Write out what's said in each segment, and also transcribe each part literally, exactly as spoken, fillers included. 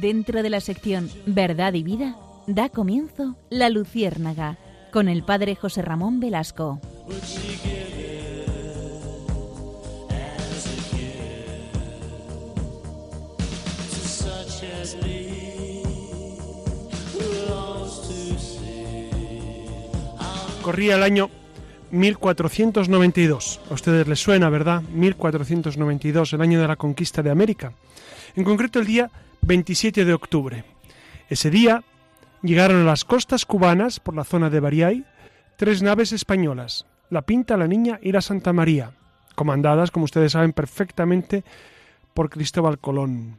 dentro de la sección Verdad y Vida, da comienzo La Luciérnaga, con el padre José Ramón Velasco. Corría el año mil cuatrocientos noventa y dos. A ustedes les suena, ¿verdad? mil cuatrocientos noventa y dos, el año de la conquista de América. En concreto, el día veintisiete de octubre. Ese día llegaron a las costas cubanas, por la zona de Bariay, tres naves españolas, la Pinta, la Niña y la Santa María, comandadas, como ustedes saben perfectamente, por Cristóbal Colón.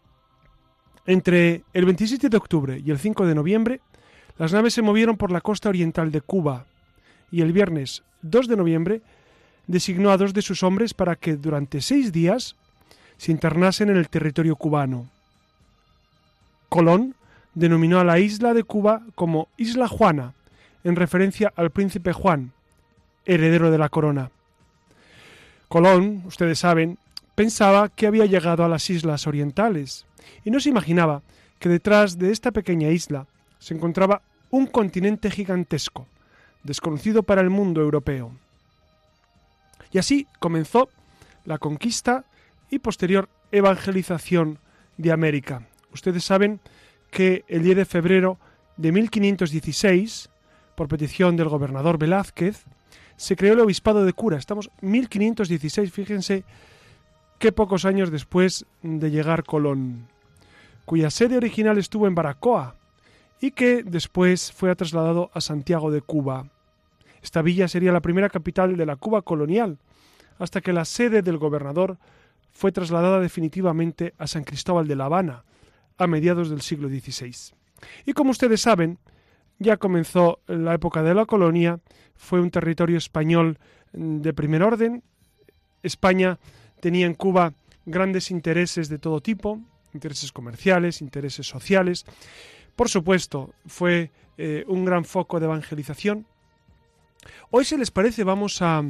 Entre el veintisiete de octubre y el cinco de noviembre, las naves se movieron por la costa oriental de Cuba y el viernes dos de noviembre designó a dos de sus hombres para que durante seis días se internasen en el territorio cubano. Colón denominó a la isla de Cuba como Isla Juana, en referencia al príncipe Juan, heredero de la corona. Colón, ustedes saben, pensaba que había llegado a las islas orientales y no se imaginaba que detrás de esta pequeña isla se encontraba un continente gigantesco, desconocido para el mundo europeo. Y así comenzó la conquista y posterior evangelización de América. Ustedes saben que el diez de febrero de mil quinientos dieciséis, por petición del gobernador Velázquez, se creó el obispado de Cura. Estamos en mil quinientos dieciséis, fíjense qué pocos años después de llegar Colón, cuya sede original estuvo en Baracoa y que después fue trasladado a Santiago de Cuba. Esta villa sería la primera capital de la Cuba colonial, hasta que la sede del gobernador fue trasladada definitivamente a San Cristóbal de La Habana, a mediados del siglo dieciséis. Y como ustedes saben, ya comenzó la época de la colonia, fue un territorio español de primer orden. España tenía en Cuba grandes intereses de todo tipo, intereses comerciales, intereses sociales. Por supuesto, fue eh, un gran foco de evangelización. Hoy, si les parece, vamos a,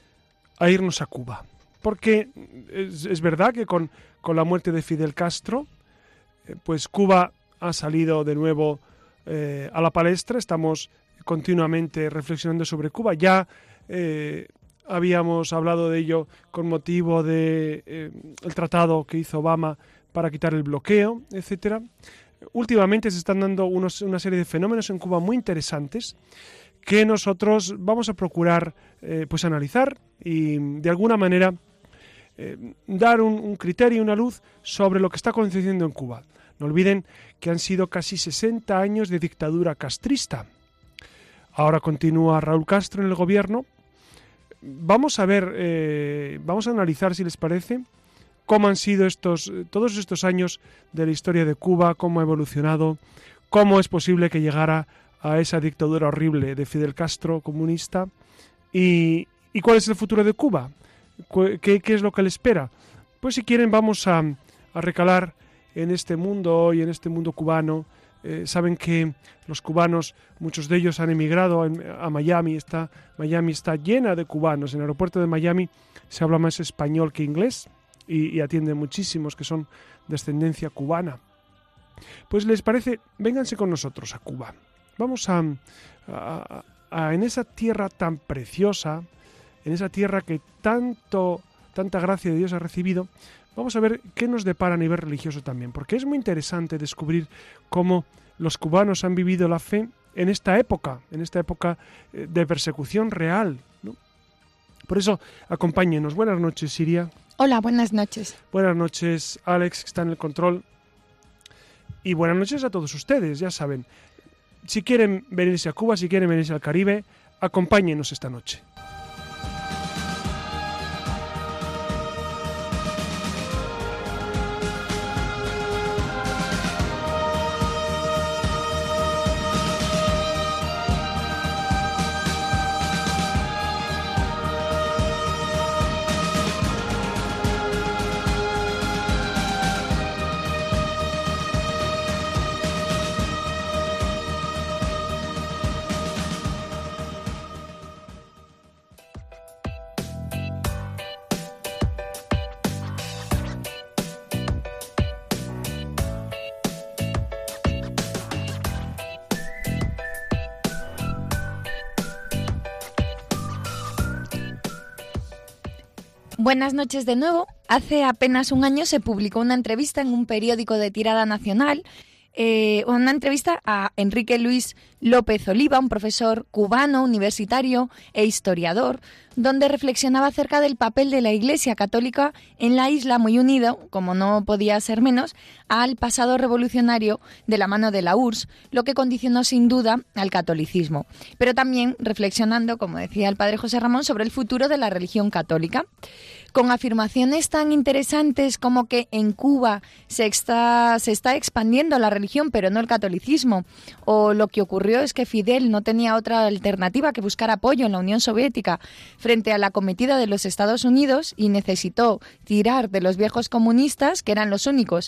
a irnos a Cuba, porque es, es verdad que con, con la muerte de Fidel Castro, eh, pues Cuba ha salido de nuevo eh, a la palestra. Estamos continuamente reflexionando sobre Cuba. Ya eh, habíamos hablado de ello con motivo de eh, el tratado que hizo Obama para quitar el bloqueo, etcétera. Últimamente se están dando unos, una serie de fenómenos en Cuba muy interesantes que nosotros vamos a procurar eh, pues analizar y de alguna manera eh, dar un, un criterio, una luz sobre lo que está aconteciendo en Cuba. No olviden que han sido casi sesenta años de dictadura castrista. Ahora continúa Raúl Castro en el gobierno. Vamos a ver, eh, vamos a analizar, si les parece, cómo han sido estos, todos estos años de la historia de Cuba, cómo ha evolucionado, cómo es posible que llegara a esa dictadura horrible de Fidel Castro comunista y, y cuál es el futuro de Cuba, qué, qué es lo que le espera. Pues si quieren vamos a, a recalar en este mundo hoy, en este mundo cubano. Eh, saben que los cubanos, muchos de ellos han emigrado a, a Miami. Está, Miami está llena de cubanos. En el aeropuerto de Miami se habla más español que inglés. Y, y atienden muchísimos que son de ascendencia cubana. Pues les parece, vénganse con nosotros a Cuba. Vamos a, a, a en esa tierra tan preciosa, en esa tierra que tanto, tanta gracia de Dios ha recibido, vamos a ver qué nos depara a nivel religioso también, porque es muy interesante descubrir cómo los cubanos han vivido la fe en esta época, en esta época de persecución real, ¿no? Por eso, acompáñenos. Buenas noches, Siria. Hola, buenas noches. Buenas noches, Alex, que está en el control. Y buenas noches a todos ustedes, ya saben. Si quieren venirse a Cuba, si quieren venirse al Caribe, acompáñenos esta noche. Buenas noches de nuevo. Hace apenas un año se publicó una entrevista en un periódico de tirada nacional, eh, una entrevista a Enrique Luis López Oliva, un profesor cubano, universitario e historiador, donde reflexionaba acerca del papel de la Iglesia Católica en la isla, muy unido, como no podía ser menos, al pasado revolucionario de la mano de la U R S S, lo que condicionó sin duda al catolicismo, pero también reflexionando, como decía el padre José Ramón, sobre el futuro de la religión católica. Con afirmaciones tan interesantes como que en Cuba se está, se está expandiendo la religión, pero no el catolicismo, o lo que ocurrió es que Fidel no tenía otra alternativa que buscar apoyo en la Unión Soviética frente a la acometida de los Estados Unidos y necesitó tirar de los viejos comunistas, que eran los únicos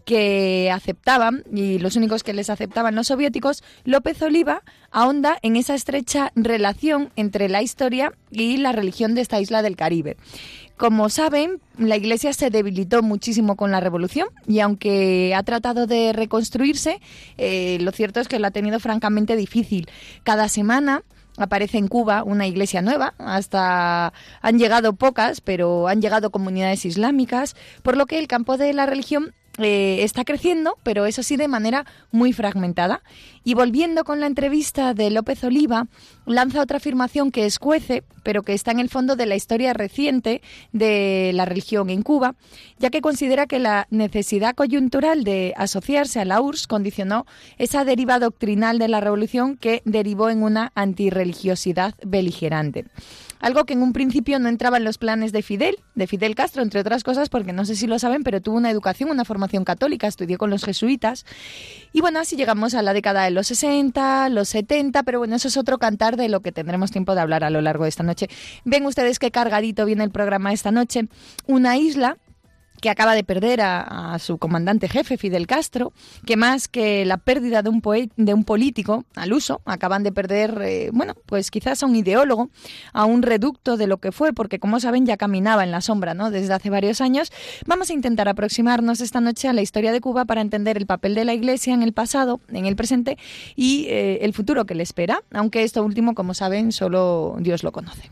que aceptaban y los únicos que les aceptaban los soviéticos. López Oliva ahonda en esa estrecha relación entre la historia y la religión de esta isla del Caribe. Como saben, la Iglesia se debilitó muchísimo con la Revolución y aunque ha tratado de reconstruirse, eh, lo cierto es que lo ha tenido francamente difícil. Cada semana aparece en Cuba una iglesia nueva, hasta han llegado pocas, pero han llegado comunidades islámicas, por lo que el campo de la religión Eh, está creciendo, pero eso sí de manera muy fragmentada. Y volviendo con la entrevista de López Oliva, lanza otra afirmación que escuece, pero que está en el fondo de la historia reciente de la religión en Cuba, ya que considera que la necesidad coyuntural de asociarse a la U R S S condicionó esa deriva doctrinal de la revolución que derivó en una antirreligiosidad beligerante. Algo que en un principio no entraba en los planes de Fidel, de Fidel Castro, entre otras cosas, porque no sé si lo saben, pero tuvo una educación, una formación católica, estudió con los jesuitas. Y bueno, así llegamos a la década de los sesenta, los setenta, pero bueno, eso es otro cantar de lo que tendremos tiempo de hablar a lo largo de esta noche. Ven ustedes qué cargadito viene el programa esta noche. Una isla que acaba de perder a, a su comandante jefe, Fidel Castro, que más que la pérdida de un, poe- de un político al uso, acaban de perder, eh, bueno, pues quizás a un ideólogo, a un reducto de lo que fue, porque como saben ya caminaba en la sombra, ¿no?, desde hace varios años. Vamos a intentar aproximarnos esta noche a la historia de Cuba para entender el papel de la Iglesia en el pasado, en el presente y eh, el futuro que le espera, aunque esto último, como saben, solo Dios lo conoce.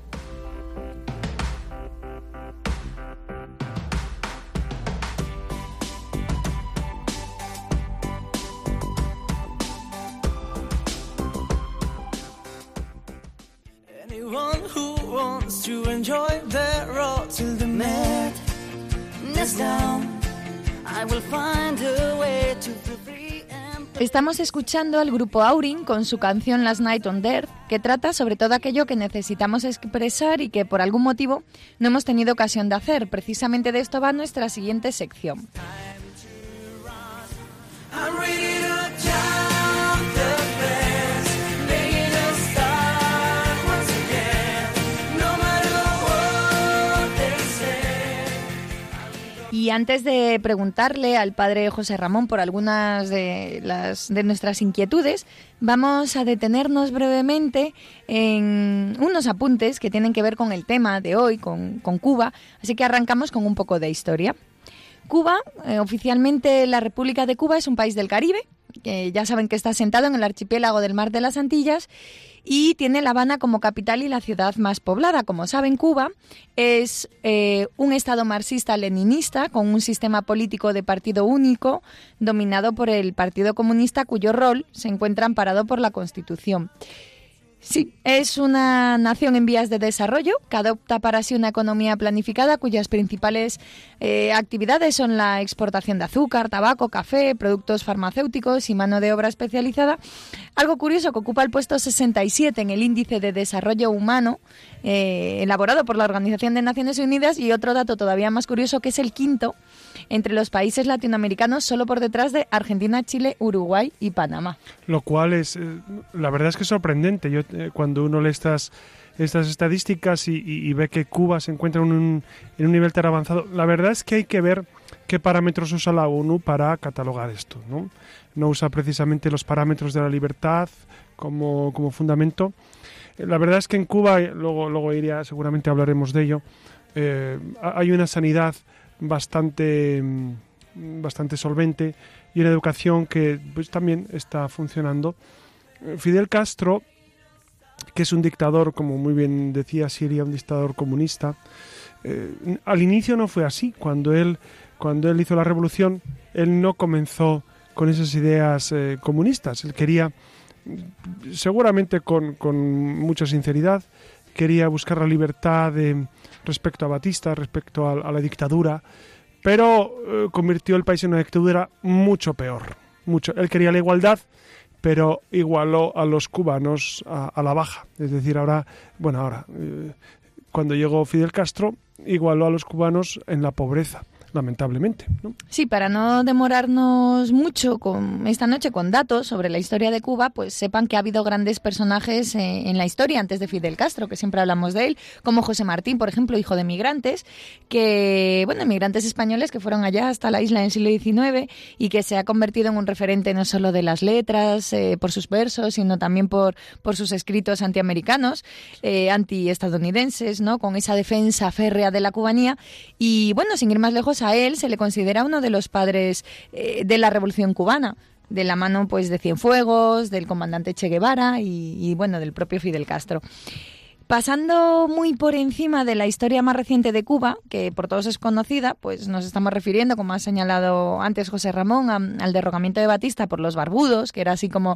Who wants to enjoy the road till the madness down. I will find a way to the free and... Estamos escuchando al grupo Aurin con su canción Last Night on Earth, que trata sobre todo aquello que necesitamos expresar y que por algún motivo no hemos tenido ocasión de hacer. Precisamente de esto va nuestra siguiente sección. I'm ready to jump the fence, making a start once again, no matter what they say. Y antes de preguntarle al padre José Ramón por algunas de las de nuestras inquietudes, vamos a detenernos brevemente en unos apuntes que tienen que ver con el tema de hoy, con, con Cuba, así que arrancamos con un poco de historia. Cuba, eh, oficialmente la República de Cuba, es un país del Caribe, que ya saben que está asentado en el archipiélago del Mar de las Antillas y tiene La Habana como capital y la ciudad más poblada. Como saben, Cuba es eh, un estado marxista-leninista con un sistema político de partido único dominado por el Partido Comunista, cuyo rol se encuentra amparado por la Constitución. Sí, es una nación en vías de desarrollo que adopta para sí una economía planificada cuyas principales eh, actividades son la exportación de azúcar, tabaco, café, productos farmacéuticos y mano de obra especializada. Algo curioso, que ocupa el puesto sesenta y siete en el índice de desarrollo humano eh, elaborado por la Organización de Naciones Unidas, y otro dato todavía más curioso, que es el quinto entre los países latinoamericanos, solo por detrás de Argentina, Chile, Uruguay y Panamá. Lo cual es, eh, la verdad es que es sorprendente. Yo eh, cuando uno lee estas, estas estadísticas y, y, y ve que Cuba se encuentra en un, en un nivel tan avanzado, la verdad es que hay que ver qué parámetros usa la ONU para catalogar esto, ¿no? No usa precisamente los parámetros de la libertad como, como fundamento. La verdad es que en Cuba, luego, luego iría, seguramente hablaremos de ello, eh, hay una sanidad bastante, bastante solvente y una educación que pues también está funcionando. Fidel Castro, que es un dictador, como muy bien decía Siria, un dictador comunista, eh, al inicio no fue así. Cuando él, cuando él hizo la revolución, él no comenzó con esas ideas eh, comunistas. Él quería, seguramente con, con mucha sinceridad, quería buscar la libertad de, respecto a Batista, respecto a, a la dictadura, pero eh, convirtió el país en una dictadura mucho peor. Mucho. Él quería la igualdad, pero igualó a los cubanos a, a la baja. Es decir, ahora, bueno, ahora, eh, cuando llegó Fidel Castro, igualó a los cubanos en la pobreza, lamentablemente, ¿no? Sí, para no demorarnos mucho con esta noche con datos sobre la historia de Cuba, pues sepan que ha habido grandes personajes eh, en la historia antes de Fidel Castro, que siempre hablamos de él, como José Martín, por ejemplo, hijo de migrantes, que, bueno, migrantes españoles que fueron allá hasta la isla en el siglo diecinueve y que se ha convertido en un referente no solo de las letras, eh, por sus versos, sino también por, por sus escritos antiamericanos, eh, antiestadounidenses, ¿no? Con esa defensa férrea de la cubanía. Y, bueno, sin ir más lejos, a él se le considera uno de los padres eh, de la Revolución Cubana, de la mano pues de Cienfuegos, del comandante Che Guevara y, y bueno, del propio Fidel Castro. Pasando muy por encima de la historia más reciente de Cuba, que por todos es conocida, pues nos estamos refiriendo, como ha señalado antes José Ramón, a, al derrocamiento de Batista por los barbudos, que era así como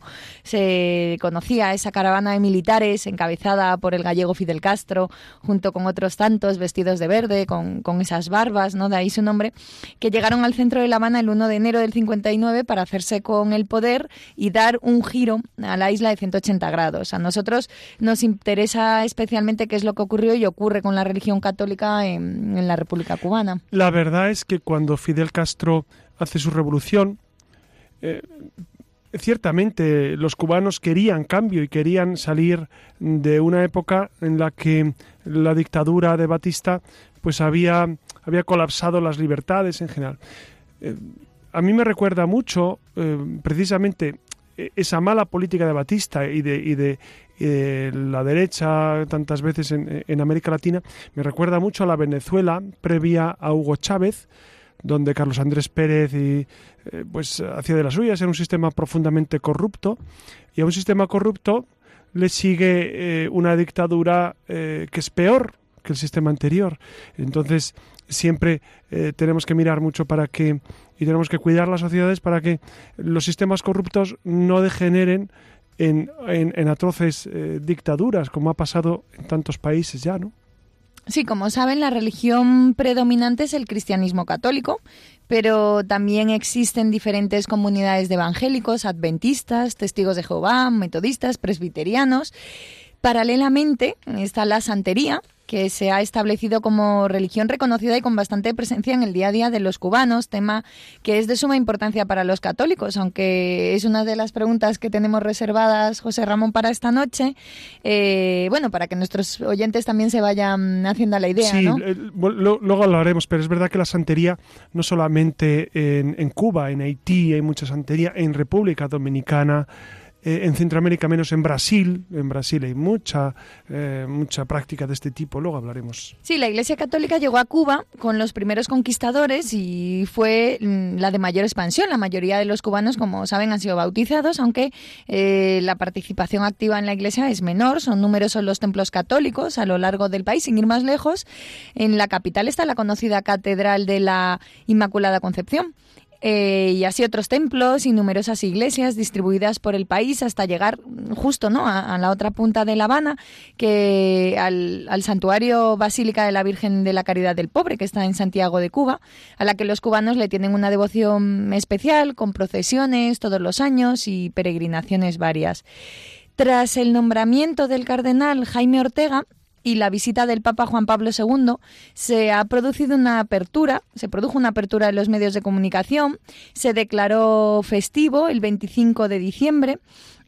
se conocía esa caravana de militares encabezada por el gallego Fidel Castro, junto con otros tantos vestidos de verde, con, con esas barbas, ¿no? De ahí su nombre, que llegaron al centro de La Habana el uno de enero del cincuenta y nueve para hacerse con el poder y dar un giro a la isla de ciento ochenta grados. A nosotros nos interesa especialmente qué es lo que ocurrió y ocurre con la religión católica en, en la República Cubana. La verdad es que cuando Fidel Castro hace su revolución, eh, ciertamente los cubanos querían cambio y querían salir de una época en la que la dictadura de Batista pues había, había colapsado las libertades en general. Eh, a mí me recuerda mucho eh, precisamente esa mala política de Batista y de, y de, y de la derecha tantas veces en, en América Latina, me recuerda mucho a la Venezuela previa a Hugo Chávez, donde Carlos Andrés Pérez y, eh, pues hacía de las suyas, era un sistema profundamente corrupto, y a un sistema corrupto le sigue eh, una dictadura eh, que es peor que el sistema anterior. Entonces siempre eh, tenemos que mirar mucho para que, y tenemos que cuidar las sociedades para que los sistemas corruptos no degeneren en, en, en atroces eh, dictaduras, como ha pasado en tantos países ya, ¿no? Sí, como saben, la religión predominante es el cristianismo católico, pero también existen diferentes comunidades de evangélicos, adventistas, testigos de Jehová, metodistas, presbiterianos. Paralelamente está la santería, que se ha establecido como religión reconocida y con bastante presencia en el día a día de los cubanos, tema que es de suma importancia para los católicos, aunque es una de las preguntas que tenemos reservadas, José Ramón, para esta noche, eh, bueno, para que nuestros oyentes también se vayan haciendo la idea, sí, ¿no? Eh, lo, luego lo haremos, pero es verdad que la santería, no solamente en, en Cuba, en Haití hay mucha santería, en República Dominicana, en Centroamérica menos, en Brasil, en Brasil hay mucha, eh, mucha práctica de este tipo, luego hablaremos. Sí, la Iglesia Católica llegó a Cuba con los primeros conquistadores y fue la de mayor expansión. La mayoría de los cubanos, como saben, han sido bautizados, aunque eh, la participación activa en la Iglesia es menor, son numerosos los templos católicos a lo largo del país. Sin ir más lejos, en la capital está la conocida Catedral de la Inmaculada Concepción. Eh, y así otros templos y numerosas iglesias distribuidas por el país hasta llegar justo, ¿no?, a, a la otra punta de La Habana, que al, al santuario Basílica de la Virgen de la Caridad del Pobre, que está en Santiago de Cuba, a la que los cubanos le tienen una devoción especial, con procesiones todos los años y peregrinaciones varias. Tras el nombramiento del cardenal Jaime Ortega y la visita del Papa Juan Pablo segundo, se ha producido una apertura, se produjo una apertura en los medios de comunicación, se declaró festivo el veinticinco de diciembre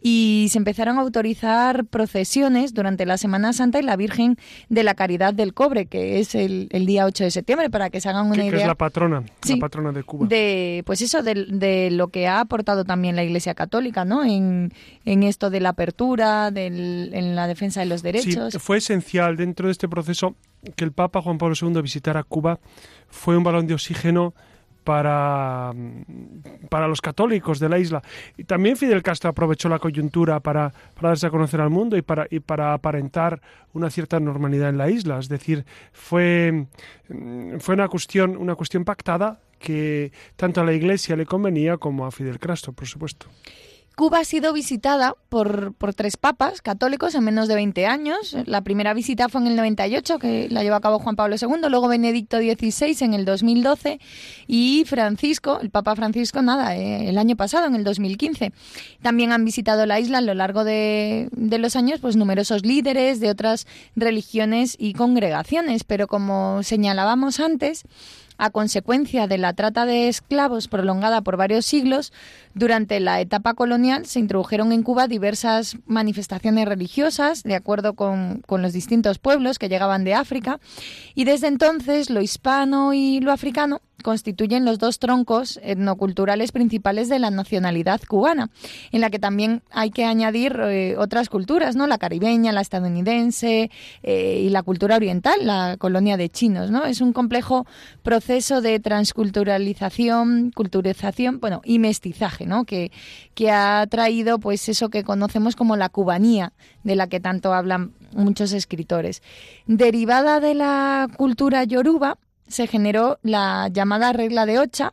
y se empezaron a autorizar procesiones durante la Semana Santa y la Virgen de la Caridad del Cobre, que es el, el día ocho de septiembre, para que se hagan una que, idea. Que es la patrona, sí, la patrona de Cuba. De, pues eso, de, de lo que ha aportado también la Iglesia Católica, ¿no?, en, en esto de la apertura, del, en la defensa de los derechos. Sí, fue esencial dentro de este proceso que el Papa Juan Pablo segundo visitara Cuba. Fue un balón de oxígeno para, para los católicos de la isla. Y también Fidel Castro aprovechó la coyuntura para, para darse a conocer al mundo y para, y para aparentar una cierta normalidad en la isla. Es decir, fue, fue una cuestión, una cuestión pactada que tanto a la Iglesia le convenía como a Fidel Castro, por supuesto. Cuba ha sido visitada por, por tres papas católicos en menos de veinte años. La primera visita fue en el noventa y ocho, que la llevó a cabo Juan Pablo segundo, luego Benedicto dieciséis en el dos mil doce y Francisco, el Papa Francisco, nada, eh, el año pasado, en el dos mil quince. También han visitado la isla a lo largo de, de los años pues numerosos líderes de otras religiones y congregaciones, pero como señalábamos antes, a consecuencia de la trata de esclavos prolongada por varios siglos, durante la etapa colonial se introdujeron en Cuba diversas manifestaciones religiosas, de acuerdo con, con los distintos pueblos que llegaban de África, y desde entonces lo hispano y lo africano constituyen los dos troncos etnoculturales principales de la nacionalidad cubana, en la que también hay que añadir eh, otras culturas, ¿no? La caribeña, la estadounidense eh, y la cultura oriental, la colonia de chinos, ¿no? Es un complejo proceso de transculturalización, culturización, bueno, y mestizaje, ¿no? Que, que ha traído pues eso que conocemos como la cubanía, de la que tanto hablan muchos escritores. Derivada de la cultura yoruba, se generó la llamada regla de Ocha,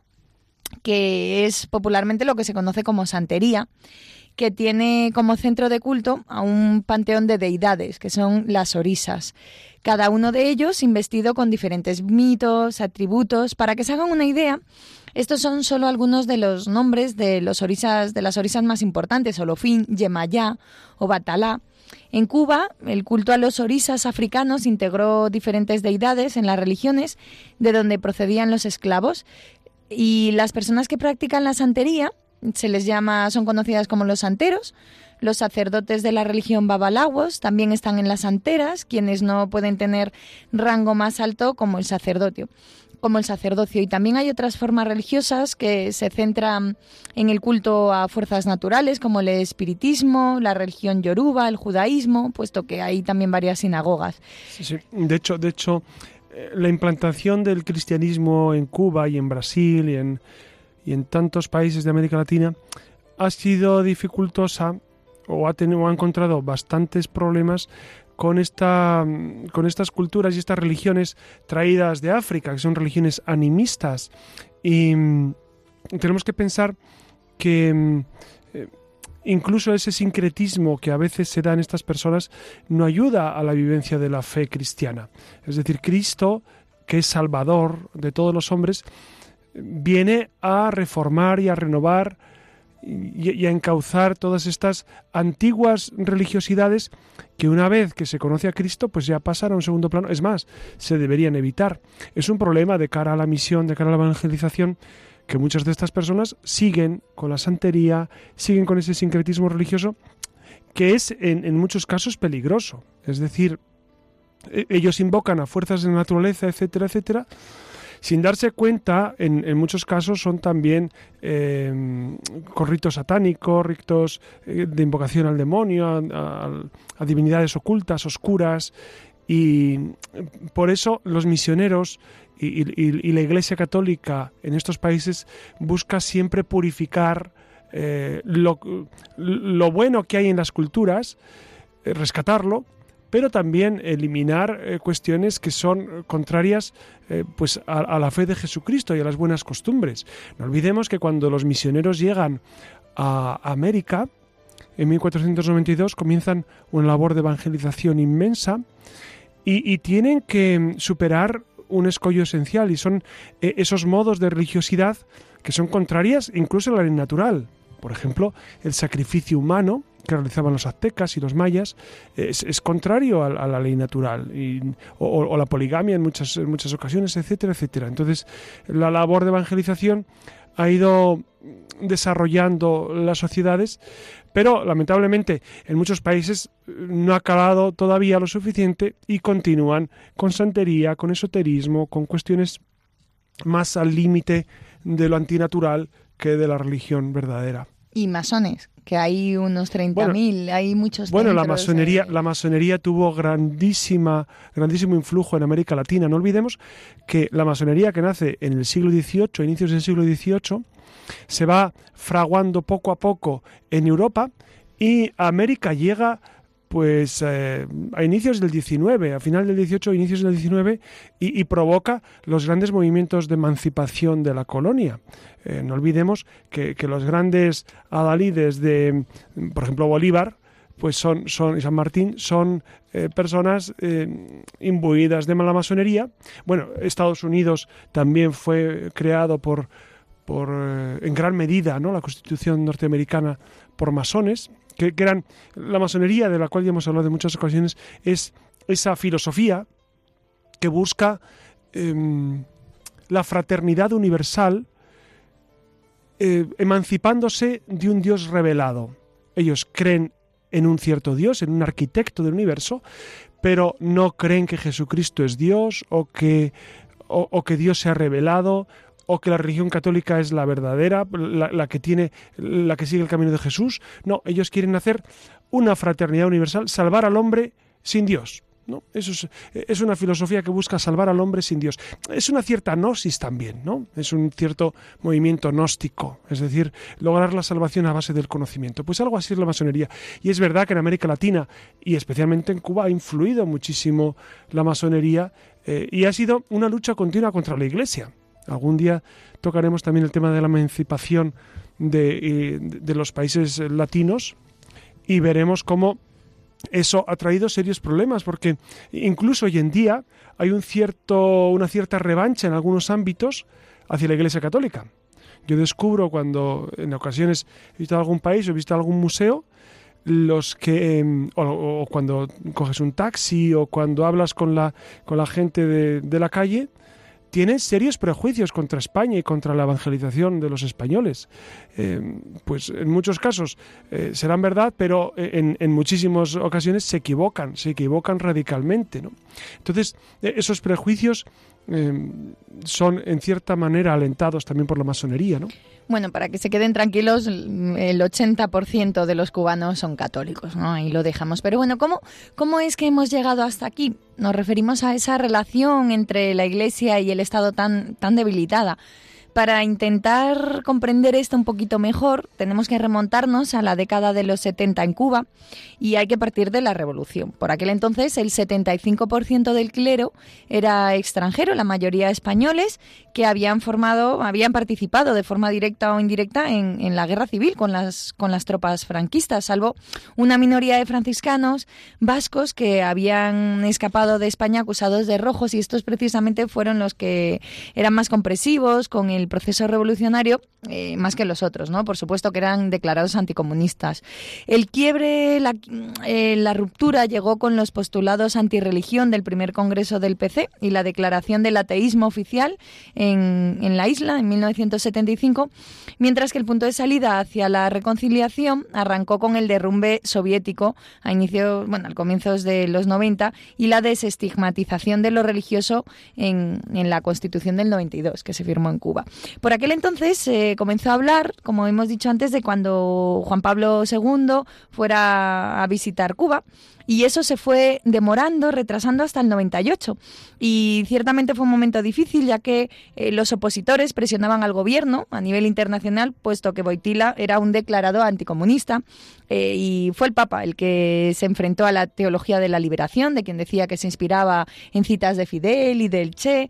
que es popularmente lo que se conoce como santería, que tiene como centro de culto a un panteón de deidades, que son las orisas. Cada uno de ellos investido con diferentes mitos, atributos. Para que se hagan una idea, estos son solo algunos de los nombres de los orisas, de las orisas más importantes: Olofín, Yemayá o Batalá. En Cuba, el culto a los orisas africanos integró diferentes deidades en las religiones de donde procedían los esclavos, y las personas que practican la santería se les llama, son conocidas como los santeros. Los sacerdotes de la religión babalawos también están en las santeras, quienes no pueden tener rango más alto como el sacerdocio. como el sacerdocio. Y también hay otras formas religiosas que se centran en el culto a fuerzas naturales, como el espiritismo, la religión yoruba, el judaísmo, puesto que hay también varias sinagogas. Sí, sí. De hecho, de hecho, eh, la implantación del cristianismo en Cuba y en Brasil y en, y en tantos países de América Latina ha sido dificultosa, o ha, tenido, o ha encontrado bastantes problemas con esta con estas culturas y estas religiones traídas de África, que son religiones animistas. Y mm, tenemos que pensar que eh, incluso ese sincretismo que a veces se da en estas personas no ayuda a la vivencia de la fe cristiana. Es decir, Cristo, que es Salvador de todos los hombres, viene a reformar y a renovar y, y a encauzar todas estas antiguas religiosidades que una vez que se conoce a Cristo, pues ya pasan a un segundo plano. Es más, se deberían evitar. Es un problema de cara a la misión, de cara a la evangelización, que muchas de estas personas siguen con la santería, siguen con ese sincretismo religioso, que es en, en muchos casos peligroso. Es decir, ellos invocan a fuerzas de la naturaleza, etcétera, etcétera, sin darse cuenta, en, en muchos casos son también eh, con ritos satánicos, ritos eh, de invocación al demonio, a, a, a divinidades ocultas, oscuras, y por eso los misioneros y, y, y la Iglesia Católica en estos países busca siempre purificar eh, lo, lo bueno que hay en las culturas, eh, rescatarlo, pero también eliminar eh, cuestiones que son contrarias eh, pues a, a la fe de Jesucristo y a las buenas costumbres. No olvidemos que cuando los misioneros llegan a América, en mil cuatrocientos noventa y dos, comienzan una labor de evangelización inmensa y, y tienen que superar un escollo esencial, y son eh, esos modos de religiosidad que son contrarias incluso a la ley natural. Por ejemplo, el sacrificio humano que realizaban los aztecas y los mayas es, es contrario a, a la ley natural, y, o, o la poligamia en muchas, en muchas ocasiones, etcétera, etcétera. Entonces, la labor de evangelización ha ido desarrollando las sociedades, pero lamentablemente en muchos países no ha calado todavía lo suficiente y continúan con santería, con esoterismo, con cuestiones más al límite de lo antinatural que de la religión verdadera. Y masones, que hay unos treinta mil, bueno, hay muchos Bueno, centros, la masonería, eh... la masonería tuvo grandísima, grandísimo influjo en América Latina. No olvidemos que la masonería, que nace en el siglo dieciocho, inicios del siglo dieciocho, se va fraguando poco a poco en Europa, y a América llega pues eh, a inicios del diecinueve, a final del dieciocho, inicios del diecinueve, y, y provoca los grandes movimientos de emancipación de la colonia. Eh, no olvidemos que, que los grandes adalides de, por ejemplo, Bolívar, pues son, son y San Martín, son eh, personas eh, imbuidas de la masonería. Bueno, Estados Unidos también fue creado por, por eh, en gran medida, ¿no?, la Constitución norteamericana, por masones, que, que eran la masonería, de la cual ya hemos hablado en muchas ocasiones, es esa filosofía que busca eh, la fraternidad universal, eh, emancipándose de un Dios revelado. Ellos creen en un cierto Dios, en un arquitecto del universo, pero no creen que Jesucristo es Dios, o que, o, o que Dios se ha revelado, o que la religión católica es la verdadera, la, la que tiene, la que sigue el camino de Jesús. No, ellos quieren hacer una fraternidad universal, salvar al hombre sin Dios, ¿no? Eso es, es una filosofía que busca salvar al hombre sin Dios. Es una cierta gnosis también, ¿no? Es un cierto movimiento gnóstico, es decir, lograr la salvación a base del conocimiento. Pues algo así es la masonería. Y es verdad que en América Latina, y especialmente en Cuba, ha influido muchísimo la masonería, eh, y ha sido una lucha continua contra la Iglesia. Algún día tocaremos también el tema de la emancipación de, de los países latinos, y veremos cómo eso ha traído serios problemas, porque incluso hoy en día hay un cierto, una cierta revancha en algunos ámbitos hacia la Iglesia Católica. Yo descubro cuando en ocasiones he visitado algún país o he visitado algún museo, los que eh, o, o cuando coges un taxi o cuando hablas con la, con la gente de, de la calle, tienen serios prejuicios contra España y contra la evangelización de los españoles. Eh, pues en muchos casos eh, serán verdad, pero en, en muchísimas ocasiones se equivocan, se equivocan radicalmente, ¿no? Entonces, eh, esos prejuicios eh, son en cierta manera alentados también por la masonería, ¿no? Bueno, para que se queden tranquilos, el ochenta por ciento de los cubanos son católicos, ¿no? Ahí lo dejamos. Pero bueno, ¿cómo, cómo es que hemos llegado hasta aquí? Nos referimos a esa relación entre la Iglesia y el Estado tan, tan debilitada. Para intentar comprender esto un poquito mejor, tenemos que remontarnos a la década de los setenta en Cuba, y hay que partir de la Revolución. Por aquel entonces, el setenta y cinco por ciento del clero era extranjero, la mayoría españoles, que habían formado, habían participado de forma directa o indirecta en, en la guerra civil con las, con las tropas franquistas, salvo una minoría de franciscanos vascos que habían escapado de España acusados de rojos, y estos precisamente fueron los que eran más compresivos con el proceso revolucionario, eh, más que los otros, ¿no? Por supuesto que eran declarados anticomunistas. El quiebre, la, eh, la ruptura llegó con los postulados antirreligión del primer congreso del P C y la declaración del ateísmo oficial en, en la isla en mil novecientos setenta y cinco, mientras que el punto de salida hacia la reconciliación arrancó con el derrumbe soviético a inicios, bueno, al comienzos de los noventa, y la desestigmatización de lo religioso en, en la Constitución del noventa y dos, que se firmó en Cuba. Por aquel entonces se eh, comenzó a hablar, como hemos dicho antes, de cuando Juan Pablo segundo fuera a visitar Cuba, y eso se fue demorando, retrasando hasta el noventa y ocho. Y ciertamente fue un momento difícil, ya que eh, los opositores presionaban al gobierno a nivel internacional, puesto que Wojtyła era un declarado anticomunista, eh, y fue el Papa el que se enfrentó a la teología de la liberación, de quien decía que se inspiraba en citas de Fidel y del Che,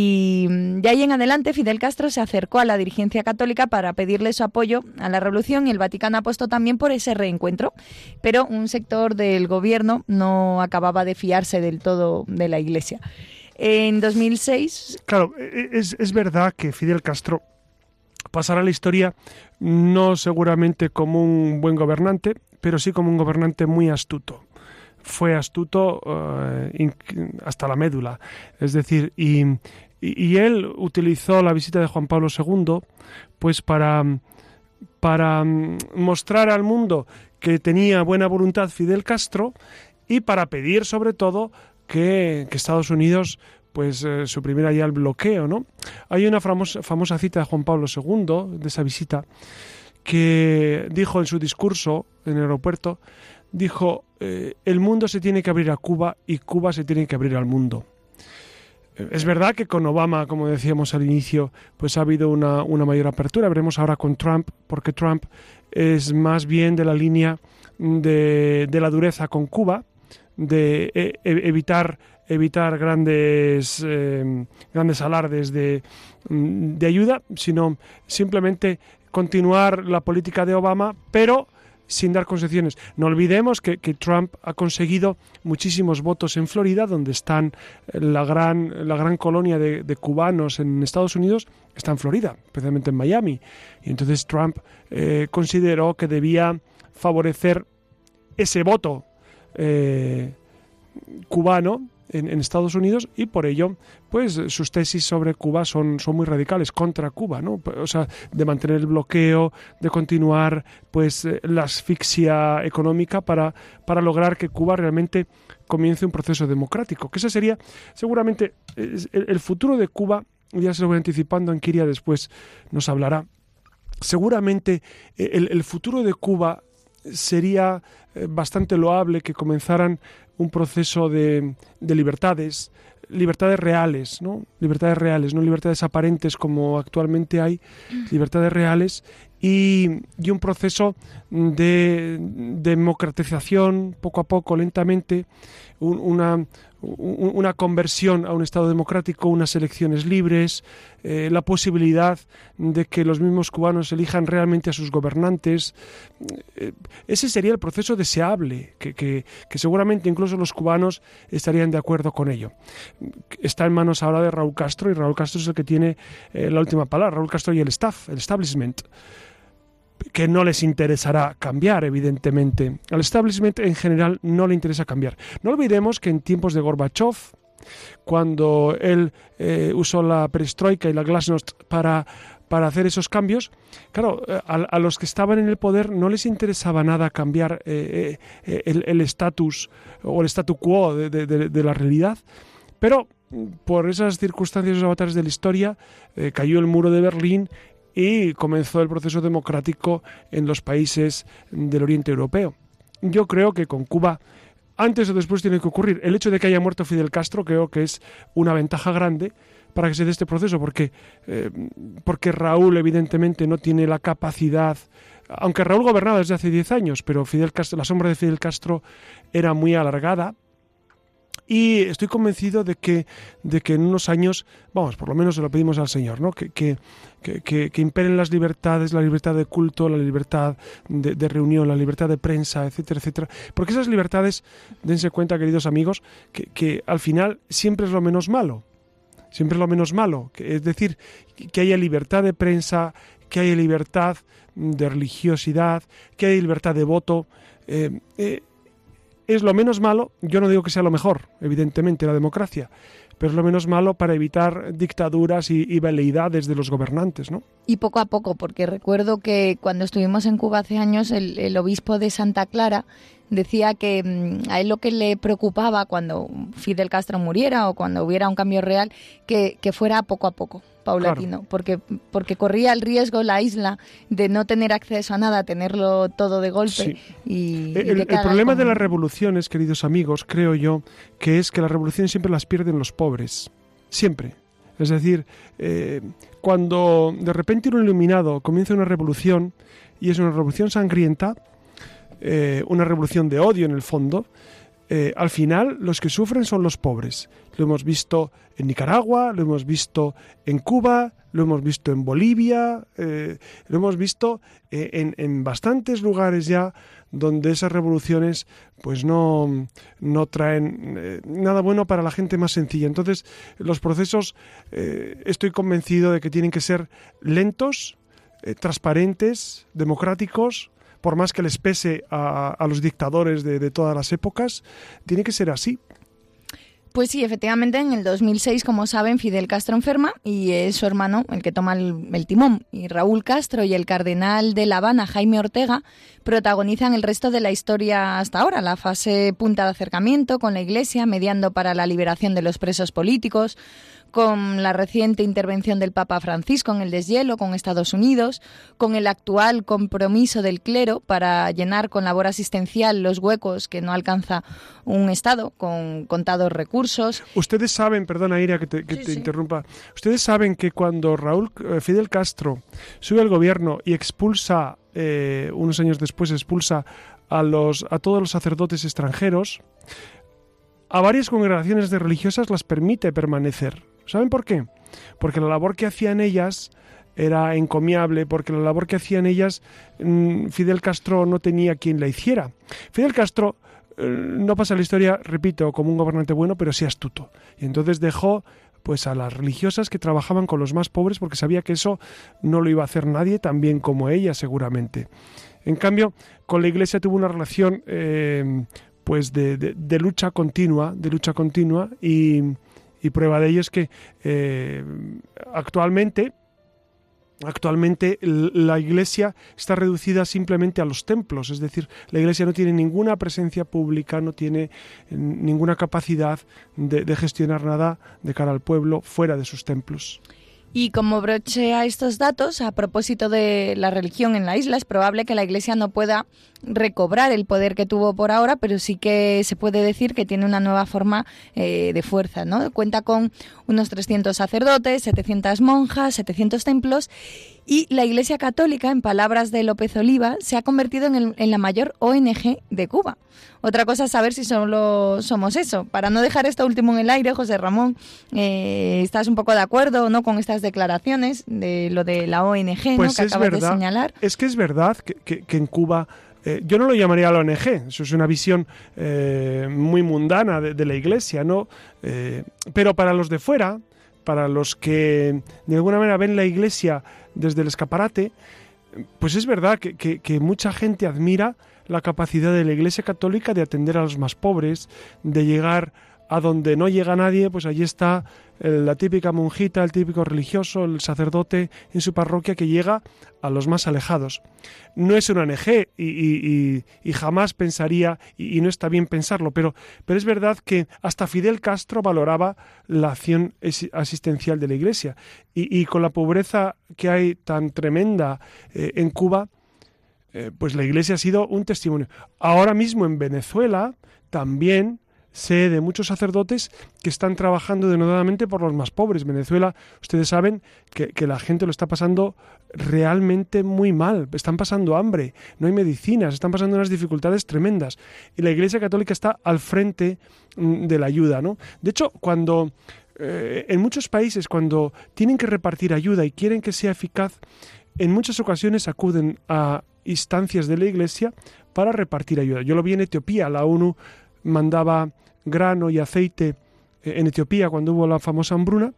y de ahí en adelante Fidel Castro se acercó a la dirigencia católica para pedirle su apoyo a la revolución, y el Vaticano apostó también por ese reencuentro, pero un sector del gobierno no acababa de fiarse del todo de la Iglesia. En dos mil seis... Claro, es, es verdad que Fidel Castro pasará a la historia no seguramente como un buen gobernante, pero sí como un gobernante muy astuto. Fue astuto uh, hasta la médula. Es decir, y, y, y él utilizó la visita de Juan Pablo segundo pues para, para mostrar al mundo que tenía buena voluntad Fidel Castro, y para pedir sobre todo que, que Estados Unidos pues eh, suprimiera ya el bloqueo, ¿no? Hay una famosa, famosa cita de Juan Pablo segundo, de esa visita, que dijo en su discurso en el aeropuerto, dijo, eh, el mundo se tiene que abrir a Cuba y Cuba se tiene que abrir al mundo. Es verdad que con Obama, como decíamos al inicio, pues ha habido una, una mayor apertura. Veremos ahora con Trump, porque Trump es más bien de la línea de, de la dureza con Cuba, de e, evitar, evitar grandes, eh, grandes alardes de, de ayuda, sino simplemente continuar la política de Obama, pero sin dar concesiones. No olvidemos que, que Trump ha conseguido muchísimos votos en Florida, donde están la gran, la gran colonia de, de cubanos en Estados Unidos, está en Florida, especialmente en Miami. Y entonces Trump eh, consideró que debía favorecer ese voto eh, cubano en, en Estados Unidos, y por ello pues sus tesis sobre Cuba son, son muy radicales, contra Cuba, ¿no? O sea, de mantener el bloqueo, de continuar pues la asfixia económica para, para lograr que Cuba realmente comience un proceso democrático, que ese sería seguramente el, el futuro de Cuba. Ya se lo voy anticipando, Anquiria después nos hablará. Seguramente el, el futuro de Cuba sería bastante loable que comenzaran un proceso de, de libertades, libertades reales, ¿no? Libertades reales, no libertades aparentes como actualmente hay, libertades reales y, y un proceso de democratización poco a poco, lentamente, un, una, un, una conversión a un Estado democrático, unas elecciones libres, eh, la posibilidad de que los mismos cubanos elijan realmente a sus gobernantes. Eh, ese sería el proceso deseable, que, que, que seguramente incluso los cubanos estarían de acuerdo con ello. Está en manos ahora de Raúl Castro, y Raúl Castro es el que tiene eh, la última palabra, Raúl Castro y el staff, el establishment, que no les interesará cambiar, evidentemente. Al establishment en general no le interesa cambiar. No olvidemos que en tiempos de Gorbachev, cuando él eh, usó la perestroika y la glasnost para, para hacer esos cambios, claro, a, a los que estaban en el poder no les interesaba nada cambiar eh, eh, el estatus o el statu quo de, de, de, de la realidad, pero por esas circunstancias, esos avatares de la historia, eh, cayó el muro de Berlín y comenzó el proceso democrático en los países del Oriente Europeo. Yo creo que con Cuba, antes o después tiene que ocurrir. El hecho de que haya muerto Fidel Castro creo que es una ventaja grande para que se dé este proceso, porque, eh, porque Raúl evidentemente no tiene la capacidad, aunque Raúl gobernaba desde hace diez años, pero Fidel Castro, la sombra de Fidel Castro era muy alargada. Y estoy convencido de que, de que en unos años, vamos, por lo menos se lo pedimos al Señor, ¿no? Que, que, que, que imperen las libertades, la libertad de culto, la libertad de, de reunión, la libertad de prensa, etcétera, etcétera. Porque esas libertades, dense cuenta, queridos amigos, que, que al final siempre es lo menos malo. Siempre es lo menos malo. Que, es decir, que haya libertad de prensa, que haya libertad de religiosidad, que haya libertad de voto. Eh, eh, Es lo menos malo. Yo no digo que sea lo mejor, evidentemente, la democracia, pero es lo menos malo para evitar dictaduras y, y veleidades de los gobernantes, ¿no? Y poco a poco, porque recuerdo que cuando estuvimos en Cuba hace años, el, el obispo de Santa Clara decía que mmm, a él lo que le preocupaba cuando Fidel Castro muriera o cuando hubiera un cambio real, que, que fuera poco a poco, paulatino, claro. porque, porque corría el riesgo la isla de no tener acceso a nada, tenerlo todo de golpe. Sí. Y, el, y el problema como... de las revoluciones, queridos amigos, creo yo, que es que las revoluciones siempre las pierden los pobres, siempre. Es decir, eh, cuando de repente un iluminado comienza una revolución, y es una revolución sangrienta, eh, una revolución de odio en el fondo, eh, al final los que sufren son los pobres. Lo hemos visto en Nicaragua, lo hemos visto en Cuba, lo hemos visto en Bolivia, eh, lo hemos visto eh, en, en bastantes lugares ya donde esas revoluciones pues no, no traen eh, nada bueno para la gente más sencilla. Entonces, los procesos eh, estoy convencido de que tienen que ser lentos, eh, transparentes, democráticos, por más que les pese a, a los dictadores de, de todas las épocas, tiene que ser así. Pues sí, efectivamente, en el dos mil seis, como saben, Fidel Castro enferma y es su hermano el que toma el, el timón. Y Raúl Castro y el cardenal de La Habana, Jaime Ortega, protagonizan el resto de la historia hasta ahora, la fase punta de acercamiento con la Iglesia, mediando para la liberación de los presos políticos, con la reciente intervención del Papa Francisco en el deshielo con Estados Unidos, con el actual compromiso del clero para llenar con labor asistencial los huecos que no alcanza un Estado con contados recursos. Ustedes saben, perdona Ira que te, que sí, te sí. interrumpa, ustedes saben que cuando Raúl eh, Fidel Castro sube al gobierno y expulsa, eh, unos años después expulsa a, los, a todos los sacerdotes extranjeros, a varias congregaciones de religiosas las permite permanecer. ¿Saben por qué? Porque la labor que hacían ellas era encomiable, porque la labor que hacían ellas mmm, Fidel Castro no tenía quien la hiciera. Fidel Castro eh, no pasa la historia, repito, como un gobernante bueno, pero sí astuto. Y entonces dejó pues a las religiosas que trabajaban con los más pobres porque sabía que eso no lo iba a hacer nadie tan bien como ella seguramente. En cambio, con la Iglesia tuvo una relación eh, pues de, de, de lucha continua, de lucha continua y, y prueba de ello es que eh, actualmente Actualmente la Iglesia está reducida simplemente a los templos, es decir, la Iglesia no tiene ninguna presencia pública, no tiene ninguna capacidad de, de gestionar nada de cara al pueblo fuera de sus templos. Y como broche a estos datos, a propósito de la religión en la isla, es probable que la Iglesia no pueda recobrar el poder que tuvo por ahora, pero sí que se puede decir que tiene una nueva forma eh, de fuerza, ¿no? Cuenta con unos trescientos sacerdotes, setecientas monjas, setecientos templos, y la Iglesia Católica, en palabras de López Oliva, se ha convertido en, el, en la mayor O N Ge de Cuba. Otra cosa es saber si solo somos eso. Para no dejar esto último en el aire, José Ramón, eh, ¿estás un poco de acuerdo o no con estas declaraciones de lo de la O N Ge, pues ¿no? que es acabas verdad, de señalar? Es que es verdad que, que, que en Cuba... Eh, yo no lo llamaría la O N Ge, eso es una visión eh, muy mundana de, de la Iglesia, ¿no? Eh, pero para los de fuera, para los que de alguna manera ven la Iglesia desde el escaparate, pues es verdad que, que, que mucha gente admira la capacidad de la Iglesia Católica de atender a los más pobres, de llegar a donde no llega nadie, pues allí está la típica monjita, el típico religioso, el sacerdote en su parroquia que llega a los más alejados. No es una O N Ge y, y, y, y jamás pensaría, y, y no está bien pensarlo, pero, pero es verdad que hasta Fidel Castro valoraba la acción asistencial de la Iglesia. Y, y con la pobreza que hay tan tremenda eh, en Cuba, eh, pues la Iglesia ha sido un testimonio. Ahora mismo en Venezuela también sé de muchos sacerdotes que están trabajando denodadamente por los más pobres. Venezuela, ustedes saben que, que la gente lo está pasando realmente muy mal, están pasando hambre, no hay medicinas, están pasando unas dificultades tremendas. Y la Iglesia Católica está al frente de la ayuda, ¿no? De hecho, cuando eh, en muchos países, cuando tienen que repartir ayuda y quieren que sea eficaz, en muchas ocasiones acuden a instancias de la Iglesia para repartir ayuda. Yo lo vi en Etiopía, la ONU mandaba grano y aceite en Etiopía cuando hubo la famosa hambruna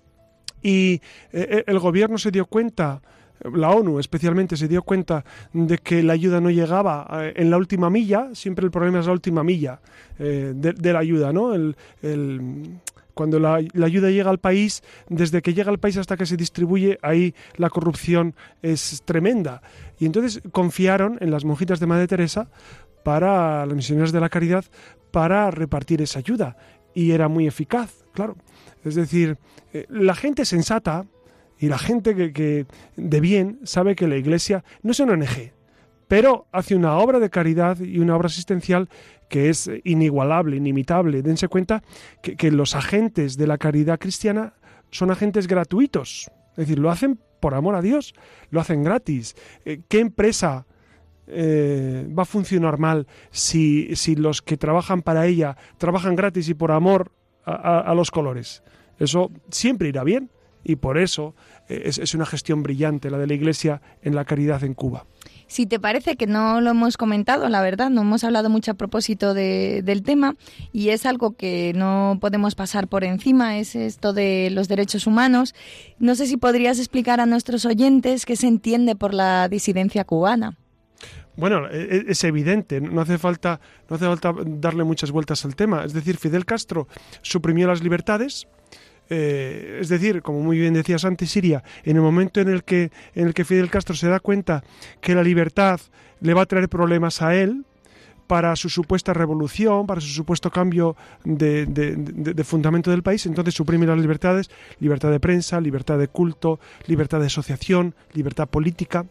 y eh, el gobierno se dio cuenta, la ONU especialmente se dio cuenta de que la ayuda no llegaba en la última milla, siempre el problema es la última milla eh, de, de la ayuda, ¿no? El, el, cuando la, la ayuda llega al país, desde que llega al país hasta que se distribuye, ahí la corrupción es tremenda. Y entonces confiaron en las monjitas de Madre Teresa para las misioneras de la caridad para repartir esa ayuda y era muy eficaz, claro. Es decir, eh, la gente sensata y la gente que, que de bien sabe que la Iglesia no es una O N Ge, pero hace una obra de caridad y una obra asistencial que es inigualable, inimitable. Dense cuenta que, que los agentes de la caridad cristiana son agentes gratuitos, es decir, lo hacen por amor a Dios, lo hacen gratis. Eh, ¿Qué empresa Eh, va a funcionar mal si, si los que trabajan para ella trabajan gratis y por amor a, a, a los colores? Eso siempre irá bien y por eso eh, es, es una gestión brillante la de la Iglesia en la caridad en Cuba. Si te parece que no lo hemos comentado, la verdad, no hemos hablado mucho a propósito de, del tema y es algo que no podemos pasar por encima, es esto de los derechos humanos. No sé si podrías explicar a nuestros oyentes qué se entiende por la disidencia cubana. Bueno, es evidente, no hace falta, no hace falta darle muchas vueltas al tema. Es decir, Fidel Castro suprimió las libertades, eh, es decir, como muy bien decías antes, Siria, en el momento en el que en el que Fidel Castro se da cuenta que la libertad le va a traer problemas a él, para su supuesta revolución, para su supuesto cambio de, de, de, de fundamento del país. Entonces suprime las libertades, libertad de prensa, libertad de culto, libertad de asociación, libertad política.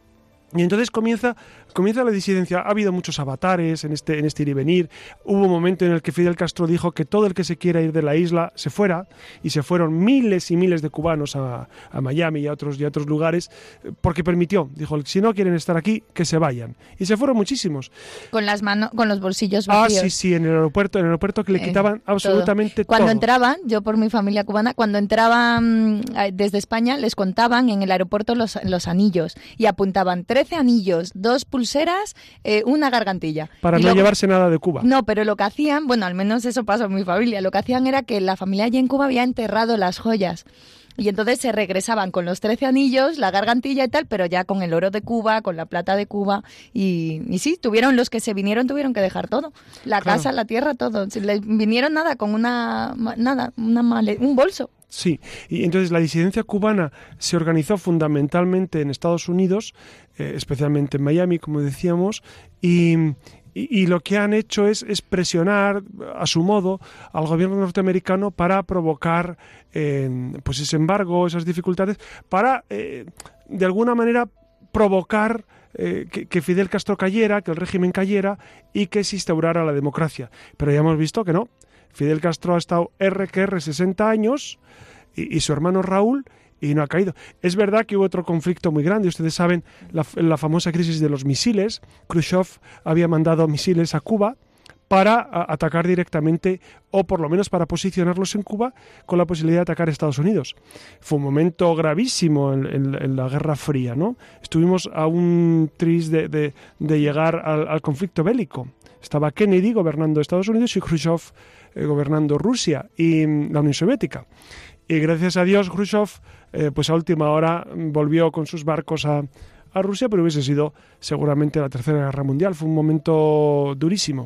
Y entonces comienza, comienza la disidencia. Ha habido muchos avatares en este, en este ir y venir. Hubo un momento en el que Fidel Castro dijo que todo el que se quiera ir de la isla se fuera, y se fueron miles y miles de cubanos a, a Miami y a otros, y a otros lugares, porque permitió, dijo, si no quieren estar aquí, que se vayan. Y se fueron muchísimos. Con las manos, con los bolsillos vacíos. Ah, sí, sí, en el aeropuerto, en el aeropuerto que le quitaban eh, absolutamente todo. Cuando todo. entraban, yo por mi familia cubana, cuando entraban desde España, les contaban en el aeropuerto los, los anillos y apuntaban trece anillos, dos pulseras, eh, una gargantilla. Para y no luego, llevarse nada de Cuba. No, pero lo que hacían, bueno, al menos eso pasó en mi familia, lo que hacían era que la familia allí en Cuba había enterrado las joyas. Y entonces se regresaban con los trece anillos, la gargantilla y tal, pero ya con el oro de Cuba, con la plata de Cuba. Y, y sí, tuvieron los que se vinieron, tuvieron que dejar todo. La claro. casa, la tierra, todo. Si les vinieron nada, con una, nada, una male, un bolso. Sí, y entonces la disidencia cubana se organizó fundamentalmente en Estados Unidos, eh, especialmente en Miami, como decíamos, y, y, y lo que han hecho es, es presionar a su modo al gobierno norteamericano para provocar eh, pues ese embargo, esas dificultades, para eh, de alguna manera provocar eh, que, que Fidel Castro cayera, que el régimen cayera y que se instaurara la democracia. Pero ya hemos visto que no. Fidel Castro ha estado R que R sesenta años y, y su hermano Raúl, y no ha caído. Es verdad que hubo otro conflicto muy grande. Ustedes saben la, la famosa crisis de los misiles. Khrushchev había mandado misiles a Cuba para a, atacar directamente, o por lo menos para posicionarlos en Cuba, con la posibilidad de atacar a Estados Unidos. Fue un momento gravísimo en, en, en la Guerra Fría, ¿no? Estuvimos a un tris de, de, de llegar al, al conflicto bélico. Estaba Kennedy gobernando Estados Unidos y Khrushchev eh, gobernando Rusia y la Unión Soviética. Y gracias a Dios Khrushchev, eh, pues a última hora volvió con sus barcos a, a Rusia, pero hubiese sido seguramente la Tercera Guerra Mundial. Fue un momento durísimo.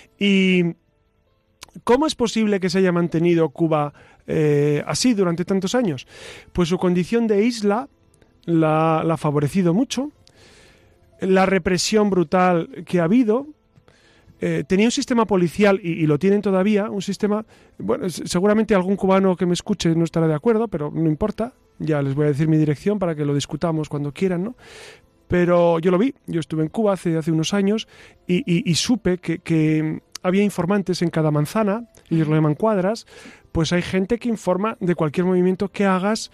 ¿Y cómo es posible que se haya mantenido Cuba eh, así durante tantos años? Pues su condición de isla la, la ha favorecido mucho. La represión brutal que ha habido. Eh, tenía un sistema policial, y, y lo tienen todavía, un sistema, bueno, seguramente algún cubano que me escuche no estará de acuerdo, pero no importa, ya les voy a decir mi dirección para que lo discutamos cuando quieran, ¿no? Pero yo lo vi, yo estuve en Cuba hace, hace unos años y, y, y supe que, que había informantes en cada manzana, ellos lo llaman cuadras, pues hay gente que informa de cualquier movimiento que hagas,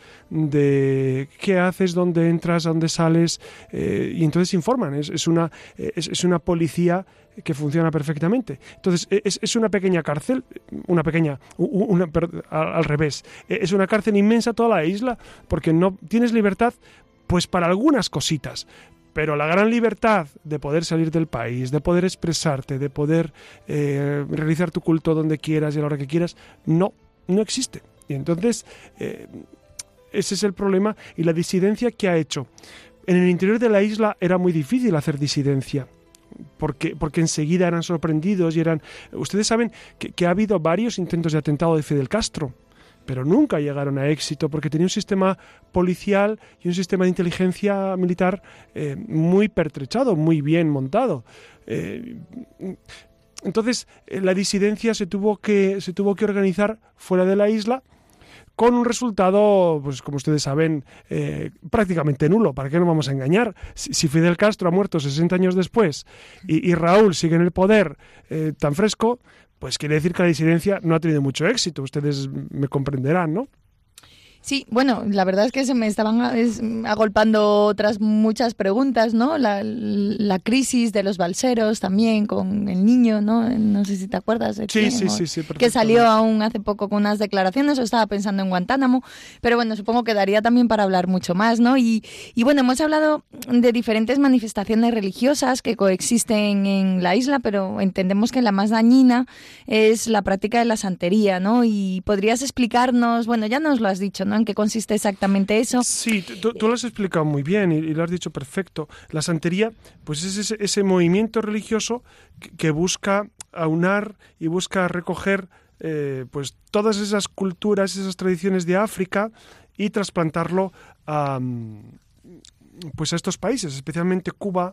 de qué haces, dónde entras, dónde sales, eh, y entonces informan. Es, es, una, es, es una policía que funciona perfectamente. Entonces, es, es una pequeña cárcel, una pequeña, una, perdón, al, al revés, es una cárcel inmensa toda la isla, porque no tienes libertad pues para algunas cositas. Pero la gran libertad de poder salir del país, de poder expresarte, de poder eh, realizar tu culto donde quieras y a la hora que quieras, no, no existe. Y entonces, eh, ese es el problema y la disidencia que ha hecho. En el interior de la isla era muy difícil hacer disidencia, porque, porque enseguida eran sorprendidos y eran... Ustedes saben que, que ha habido varios intentos de atentado de Fidel Castro, pero nunca llegaron a éxito porque tenía un sistema policial y un sistema de inteligencia militar eh, muy pertrechado, muy bien montado. Eh, entonces, eh, la disidencia se tuvo que se tuvo que organizar fuera de la isla, con un resultado, pues como ustedes saben, eh, prácticamente nulo. ¿Para qué nos vamos a engañar? Si, si Fidel Castro ha muerto sesenta años después y, y Raúl sigue en el poder eh, tan fresco, pues quiere decir que la disidencia no ha tenido mucho éxito. Ustedes me comprenderán, ¿no? Sí, bueno, la verdad es que se me estaban agolpando otras muchas preguntas, ¿no? La, la crisis de los balseros también con el niño, ¿no? No sé si te acuerdas. De sí, quién, sí, o, sí, sí, que salió aún hace poco con unas declaraciones, o estaba pensando en Guantánamo, pero bueno, supongo que daría también para hablar mucho más, ¿no? Y, y bueno, hemos hablado de diferentes manifestaciones religiosas que coexisten en la isla, pero entendemos que la más dañina es la práctica de la santería, ¿no? Y podrías explicarnos, bueno, ya nos lo has dicho, ¿no? ¿En qué consiste exactamente eso? Sí, tú, tú lo has explicado muy bien y, y lo has dicho perfecto. La santería, pues es ese, ese movimiento religioso que, que busca aunar y busca recoger eh, pues todas esas culturas, esas tradiciones de África y trasplantarlo a, pues a estos países, especialmente Cuba,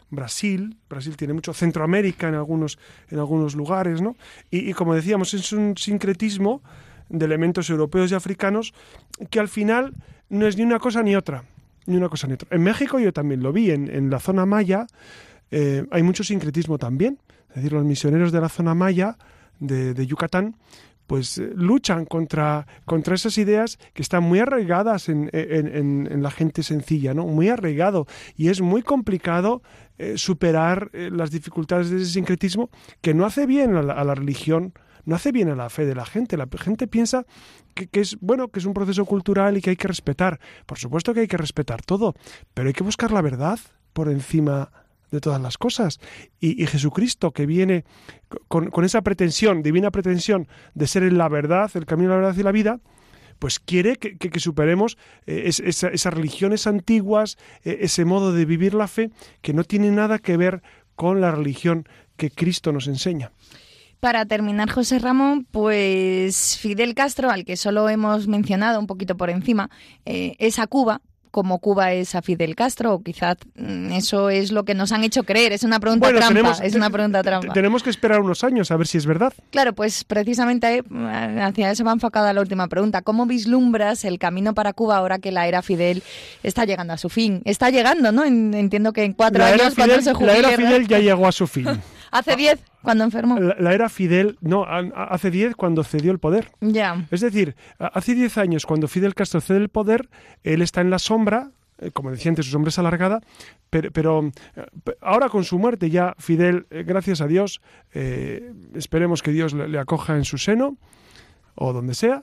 Brasil, Brasil tiene mucho, Centroamérica en algunos, en algunos lugares, ¿no? Y, y como decíamos, es un sincretismo de elementos europeos y africanos que al final no es ni una cosa ni otra, ni una cosa ni otra. En México yo también lo vi, en, en la zona maya eh, hay mucho sincretismo también, es decir, los misioneros de la zona maya de, de Yucatán pues eh, luchan contra, contra esas ideas que están muy arraigadas en, en, en, en la gente sencilla, ¿no? Muy arraigado, y es muy complicado eh, superar eh, las dificultades de ese sincretismo que no hace bien a la, a la religión, no hace bien a la fe de la gente. La gente piensa que, que es bueno, que es un proceso cultural y que hay que respetar. Por supuesto que hay que respetar todo, pero hay que buscar la verdad por encima de todas las cosas. Y, y Jesucristo, que viene con, con esa pretensión, divina pretensión de ser la verdad, el camino, la verdad y la vida, pues quiere que, que, que superemos eh, es, esa, esas religiones antiguas, eh, ese modo de vivir la fe que no tiene nada que ver con la religión que Cristo nos enseña. Para terminar, José Ramón, pues Fidel Castro, al que solo hemos mencionado un poquito por encima, eh, es a Cuba, como Cuba es a Fidel Castro, o quizás eso es lo que nos han hecho creer. Es una pregunta bueno, trampa, tenemos, es una pregunta trampa. Tenemos que esperar unos años a ver si es verdad. Claro, pues precisamente hacia eso va enfocada la última pregunta. ¿Cómo vislumbras el camino para Cuba ahora que la era Fidel está llegando a su fin? Está llegando, ¿no? Entiendo que en cuatro la años, Fidel, cuando se jubile... La era Fidel ya llegó a su fin. Hace diez, cuando enfermó. La, la era Fidel, no, hace diez cuando cedió el poder. Ya. Es decir, hace diez años cuando Fidel Castro cede el poder, él está en la sombra, como decía antes, su sombra es alargada, pero, pero ahora con su muerte ya Fidel, gracias a Dios, eh, esperemos que Dios le, le acoja en su seno, o donde sea,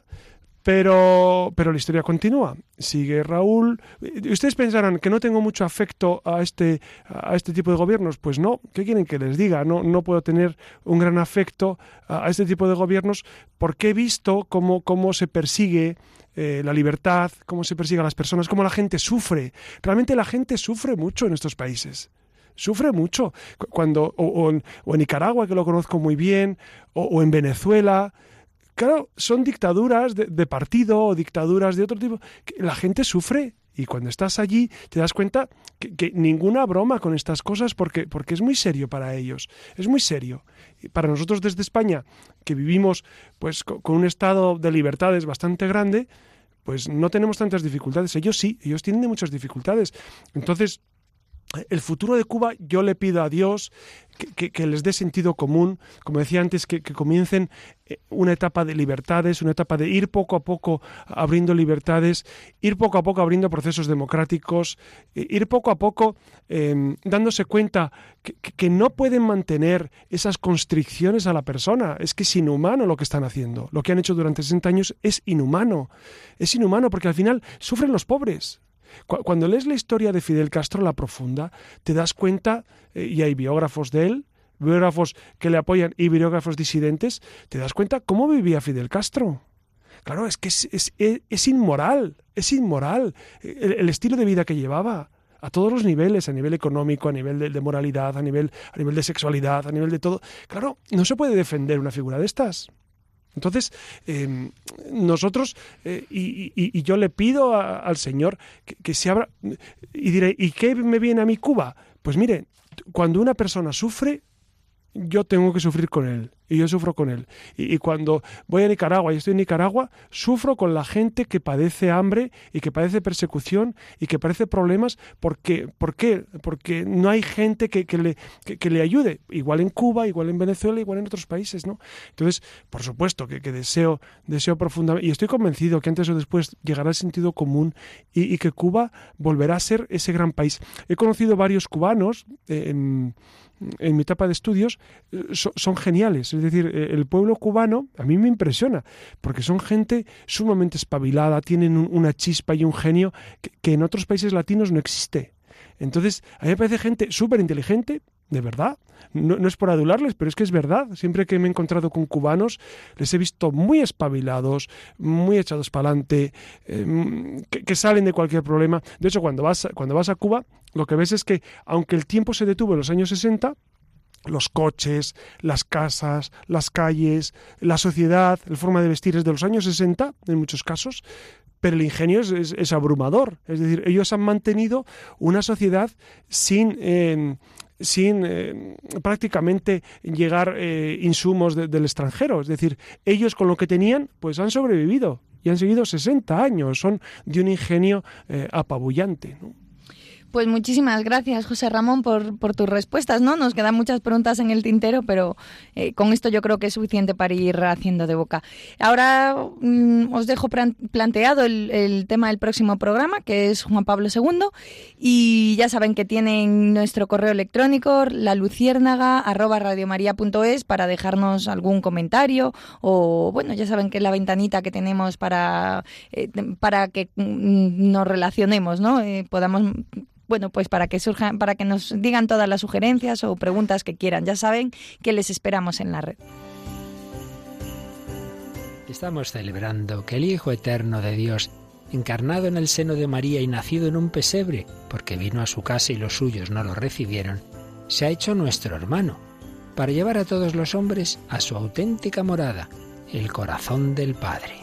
pero, pero la historia continúa. Sigue Raúl. Ustedes pensarán que no tengo mucho afecto a este, a este tipo de gobiernos. Pues no, ¿qué quieren que les diga? No, no puedo tener un gran afecto a, a este tipo de gobiernos porque he visto cómo, cómo se persigue Eh, la libertad, cómo se persigue a las personas, cómo la gente sufre. Realmente la gente sufre mucho en estos países. Sufre mucho. Cuando, o, o, en, o en Nicaragua, que lo conozco muy bien, o, o en Venezuela. Claro, son dictaduras de, de partido o dictaduras de otro tipo. La gente sufre. Y cuando estás allí te das cuenta que, que ninguna broma con estas cosas porque, porque es muy serio para ellos. Es muy serio. Y para nosotros desde España, que vivimos pues con, con un estado de libertades bastante grande, pues no tenemos tantas dificultades. Ellos sí, ellos tienen muchas dificultades. Entonces, el futuro de Cuba, yo le pido a Dios que, que, que les dé sentido común, como decía antes, que, que comiencen una etapa de libertades, una etapa de ir poco a poco abriendo libertades, ir poco a poco abriendo procesos democráticos, ir poco a poco eh, dándose cuenta que, que no pueden mantener esas constricciones a la persona. Es que es inhumano lo que están haciendo. Lo que han hecho durante sesenta años es inhumano. Es inhumano porque al final sufren los pobres. Cuando lees la historia de Fidel Castro, la profunda, te das cuenta, eh, y hay biógrafos de él, biógrafos que le apoyan y biógrafos disidentes, te das cuenta cómo vivía Fidel Castro. Claro, es que es, es, es inmoral, es inmoral el, el estilo de vida que llevaba. A todos los niveles, a nivel económico, a nivel de, de moralidad, a nivel, a nivel de sexualidad, a nivel de todo. Claro, no se puede defender una figura de estas. Entonces, eh, nosotros, eh, y, y, y yo le pido a, al Señor que, que se abra, y diré, ¿y qué me viene a mí Cuba? Pues mire, cuando una persona sufre, yo tengo que sufrir con él, y yo sufro con él. Y, y cuando voy a Nicaragua y estoy en Nicaragua, sufro con la gente que padece hambre y que padece persecución y que padece problemas. Porque, ¿Por qué? Porque no hay gente que, que, le, que, que le ayude. Igual en Cuba, igual en Venezuela, igual en otros países, ¿no? Entonces, por supuesto que, que deseo, deseo profundamente, y estoy convencido que antes o después llegará el sentido común y, y que Cuba volverá a ser ese gran país. He conocido varios cubanos eh, en... en mi etapa de estudios, so, son geniales. Es decir, el pueblo cubano a mí me impresiona, porque son gente sumamente espabilada, tienen un, una chispa y un genio que, que en otros países latinos no existe. Entonces, a mí me parece gente súper inteligente, de verdad. No, no es por adularles, pero es que es verdad. Siempre que me he encontrado con cubanos, les he visto muy espabilados, muy echados para adelante, eh, que, que salen de cualquier problema. De hecho, cuando vas, cuando vas a Cuba, lo que ves es que, aunque el tiempo se detuvo en los años sesenta, los coches, las casas, las calles, la sociedad, la forma de vestir es de los años sesenta, en muchos casos, pero el ingenio es, es, es abrumador. Es decir, ellos han mantenido una sociedad sin, eh, sin eh, prácticamente llegar eh, insumos de, del extranjero. Es decir, ellos con lo que tenían, pues han sobrevivido y han seguido sesenta años. Son de un ingenio eh, apabullante, ¿no? Pues muchísimas gracias, José Ramón, por, por tus respuestas, ¿no? Nos quedan muchas preguntas en el tintero, pero eh, con esto yo creo que es suficiente para ir haciendo de boca. Ahora mmm, os dejo planteado el, el tema del próximo programa, que es Juan Pablo segundo, y ya saben que tienen nuestro correo electrónico, laluciérnaga arroba radiomaria punto es, para dejarnos algún comentario, o bueno, ya saben que es la ventanita que tenemos para, eh, para que mm, nos relacionemos, ¿no? Eh, podamos... Bueno, pues para que surjan, para que nos digan todas las sugerencias o preguntas que quieran. Ya saben que les esperamos en la red. Estamos celebrando que el Hijo Eterno de Dios, encarnado en el seno de María y nacido en un pesebre, porque vino a su casa y los suyos no lo recibieron, se ha hecho nuestro hermano, para llevar a todos los hombres a su auténtica morada, el corazón del Padre.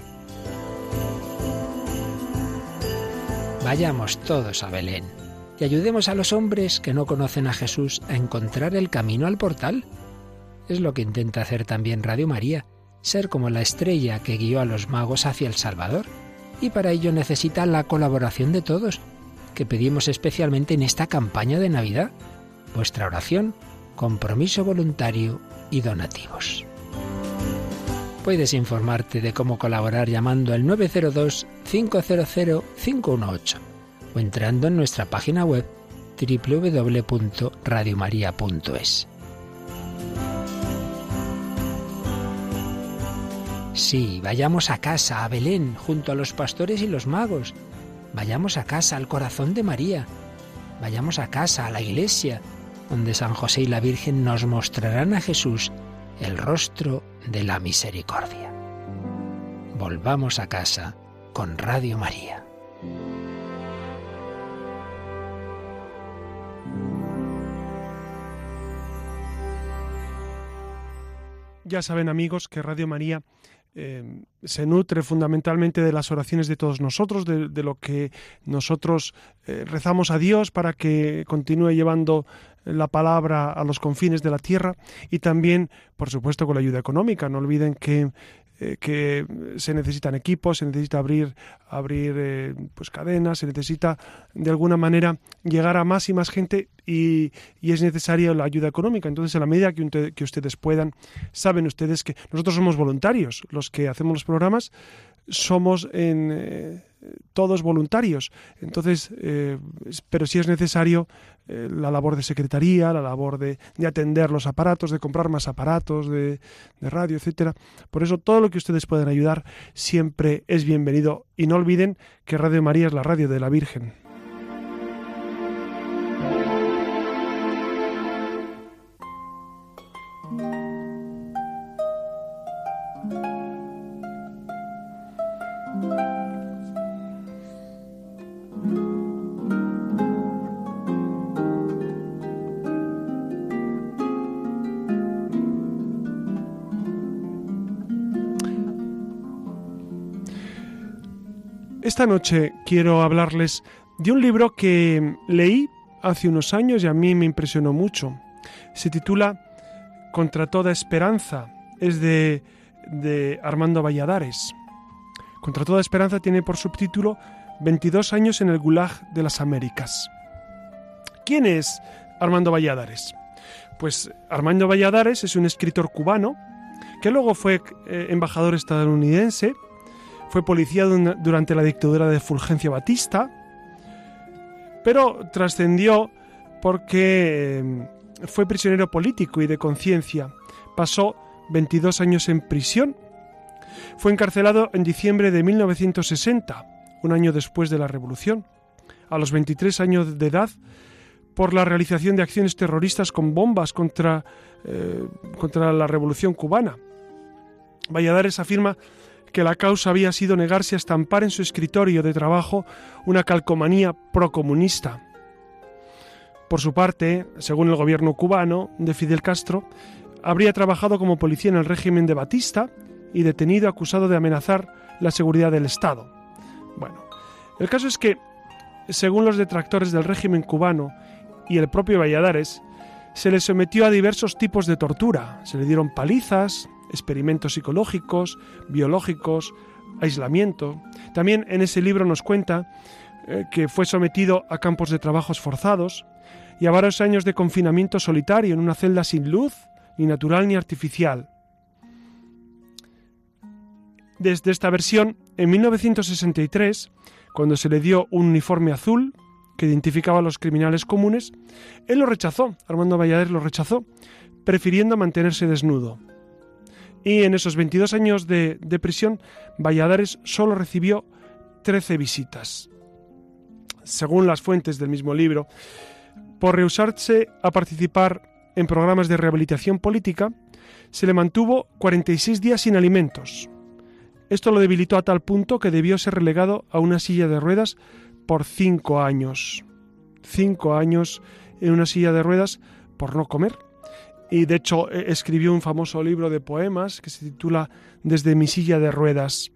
Vayamos todos a Belén y ayudemos a los hombres que no conocen a Jesús a encontrar el camino al portal. Es lo que intenta hacer también Radio María, ser como la estrella que guió a los magos hacia el Salvador. Y para ello necesita la colaboración de todos, que pedimos especialmente en esta campaña de Navidad. Vuestra oración, compromiso voluntario y donativos. Puedes informarte de cómo colaborar llamando al nueve cero dos, cinco cero cero, cinco uno ocho o entrando en nuestra página web doble u doble u doble u punto radio maría punto es. Sí, vayamos a casa, a Belén, junto a los pastores y los magos. Vayamos a casa, al corazón de María. Vayamos a casa, a la iglesia, donde San José y la Virgen nos mostrarán a Jesús, el rostro de la misericordia. Volvamos a casa con Radio María. Ya saben, amigos, que Radio María eh, se nutre fundamentalmente de las oraciones de todos nosotros, de, de lo que nosotros eh, rezamos a Dios para que continúe llevando la palabra a los confines de la tierra, y también, por supuesto, con la ayuda económica. No olviden que eh, que se necesitan equipos, se necesita abrir abrir eh, pues cadenas, se necesita de alguna manera llegar a más y más gente, y, y es necesaria la ayuda económica. Entonces, en la medida que, un, que ustedes puedan, saben ustedes que nosotros somos voluntarios, los que hacemos los programas somos en eh, todos voluntarios. Entonces, eh, pero si es necesario eh, la labor de secretaría, la labor de, de atender los aparatos, de comprar más aparatos de, de radio, etcétera. Por eso todo lo que ustedes puedan ayudar siempre es bienvenido, y no olviden que Radio María es la radio de la Virgen. Esta noche quiero hablarles de un libro que leí hace unos años y a mí me impresionó mucho. Se titula Contra toda esperanza. Es de, de Armando Valladares. Contra toda esperanza tiene por subtítulo veintidós años en el Gulag de las Américas. ¿Quién es Armando Valladares? Pues Armando Valladares es un escritor cubano que luego fue eh, embajador estadounidense. Fue policía durante la dictadura de Fulgencio Batista, pero trascendió porque fue prisionero político y de conciencia. Pasó veintidós años en prisión. Fue encarcelado en diciembre de mil novecientos sesenta, un año después de la Revolución, a los veintitrés años de edad, por la realización de acciones terroristas con bombas contra, eh, contra la Revolución cubana. Valladares afirma que la causa había sido negarse a estampar en su escritorio de trabajo una calcomanía procomunista. Por su parte, según el gobierno cubano de Fidel Castro, habría trabajado como policía en el régimen de Batista y detenido acusado de amenazar la seguridad del Estado. Bueno, el caso es que, según los detractores del régimen cubano y el propio Valladares, se le sometió a diversos tipos de tortura. Se le dieron palizas, experimentos psicológicos, biológicos, aislamiento. También en ese libro nos cuenta eh, que fue sometido a campos de trabajos forzados y a varios años de confinamiento solitario en una celda sin luz, ni natural ni artificial. Desde esta versión, en mil novecientos sesenta y tres, cuando se le dio un uniforme azul que identificaba a los criminales comunes, él lo rechazó, Armando Valladares lo rechazó, prefiriendo mantenerse desnudo. Y en esos veintidós años de, de prisión, Valladares solo recibió trece visitas. Según las fuentes del mismo libro, por rehusarse a participar en programas de rehabilitación política, se le mantuvo cuarenta y seis días sin alimentos. Esto lo debilitó a tal punto que debió ser relegado a una silla de ruedas por cinco años. Cinco años en una silla de ruedas por no comer. Y de hecho escribió un famoso libro de poemas que se titula Desde mi silla de ruedas.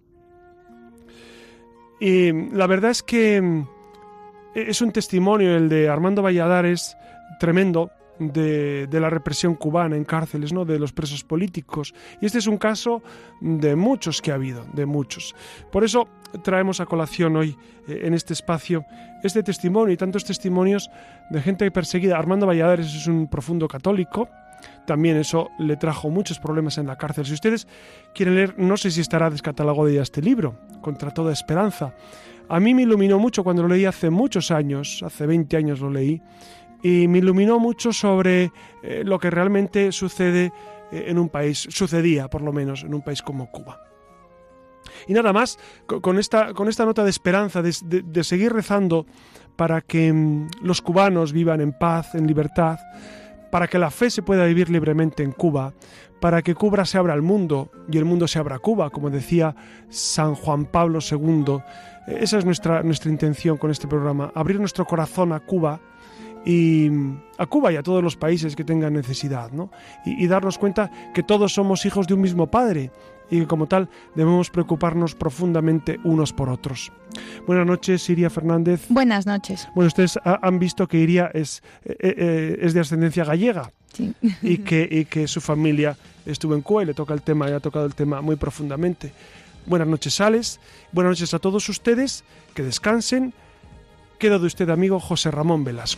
Y la verdad es que es un testimonio el de Armando Valladares tremendo de, de la represión cubana en cárceles, ¿no?, de los presos políticos. Y este es un caso de muchos que ha habido, de muchos. Por eso traemos a colación hoy, eh, en este espacio, este testimonio y tantos testimonios de gente perseguida. Armando Valladares es un profundo católico. También eso le trajo muchos problemas en la cárcel. Si ustedes quieren leer, no sé si estará descatalogado ya este libro, Contra toda esperanza. A mí me iluminó mucho cuando lo leí hace muchos años, hace veinte años lo leí, y me iluminó mucho sobre eh, lo que realmente sucede eh, en un país, sucedía por lo menos en un país como Cuba. Y nada más, con esta, con esta nota de esperanza, de, de, de seguir rezando para que mm, los cubanos vivan en paz, en libertad, para que la fe se pueda vivir libremente en Cuba, para que Cuba se abra al mundo y el mundo se abra a Cuba, como decía San Juan Pablo segundo. Esa es nuestra, nuestra intención con este programa, abrir nuestro corazón a Cuba, y a Cuba y a todos los países que tengan necesidad, ¿no? Y, y darnos cuenta que todos somos hijos de un mismo Padre y que como tal debemos preocuparnos profundamente unos por otros. Buenas noches, Iria Fernández. Buenas noches. Bueno, ustedes ha, han visto que Iria es, eh, eh, es de ascendencia gallega. Sí. y, que, y que su familia estuvo en Cuba y le toca el tema, y ha tocado el tema muy profundamente. Buenas noches, Alex. Buenas noches a todos ustedes. Que descansen. Quedo de usted, amigo José Ramón Velasco.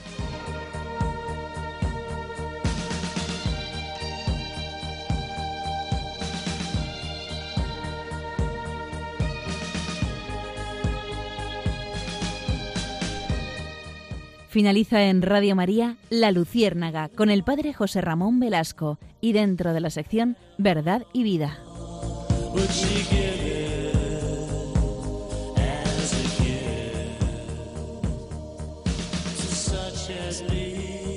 Finaliza en Radio María La Luciérnaga con el padre José Ramón Velasco y dentro de la sección Verdad y Vida. As me.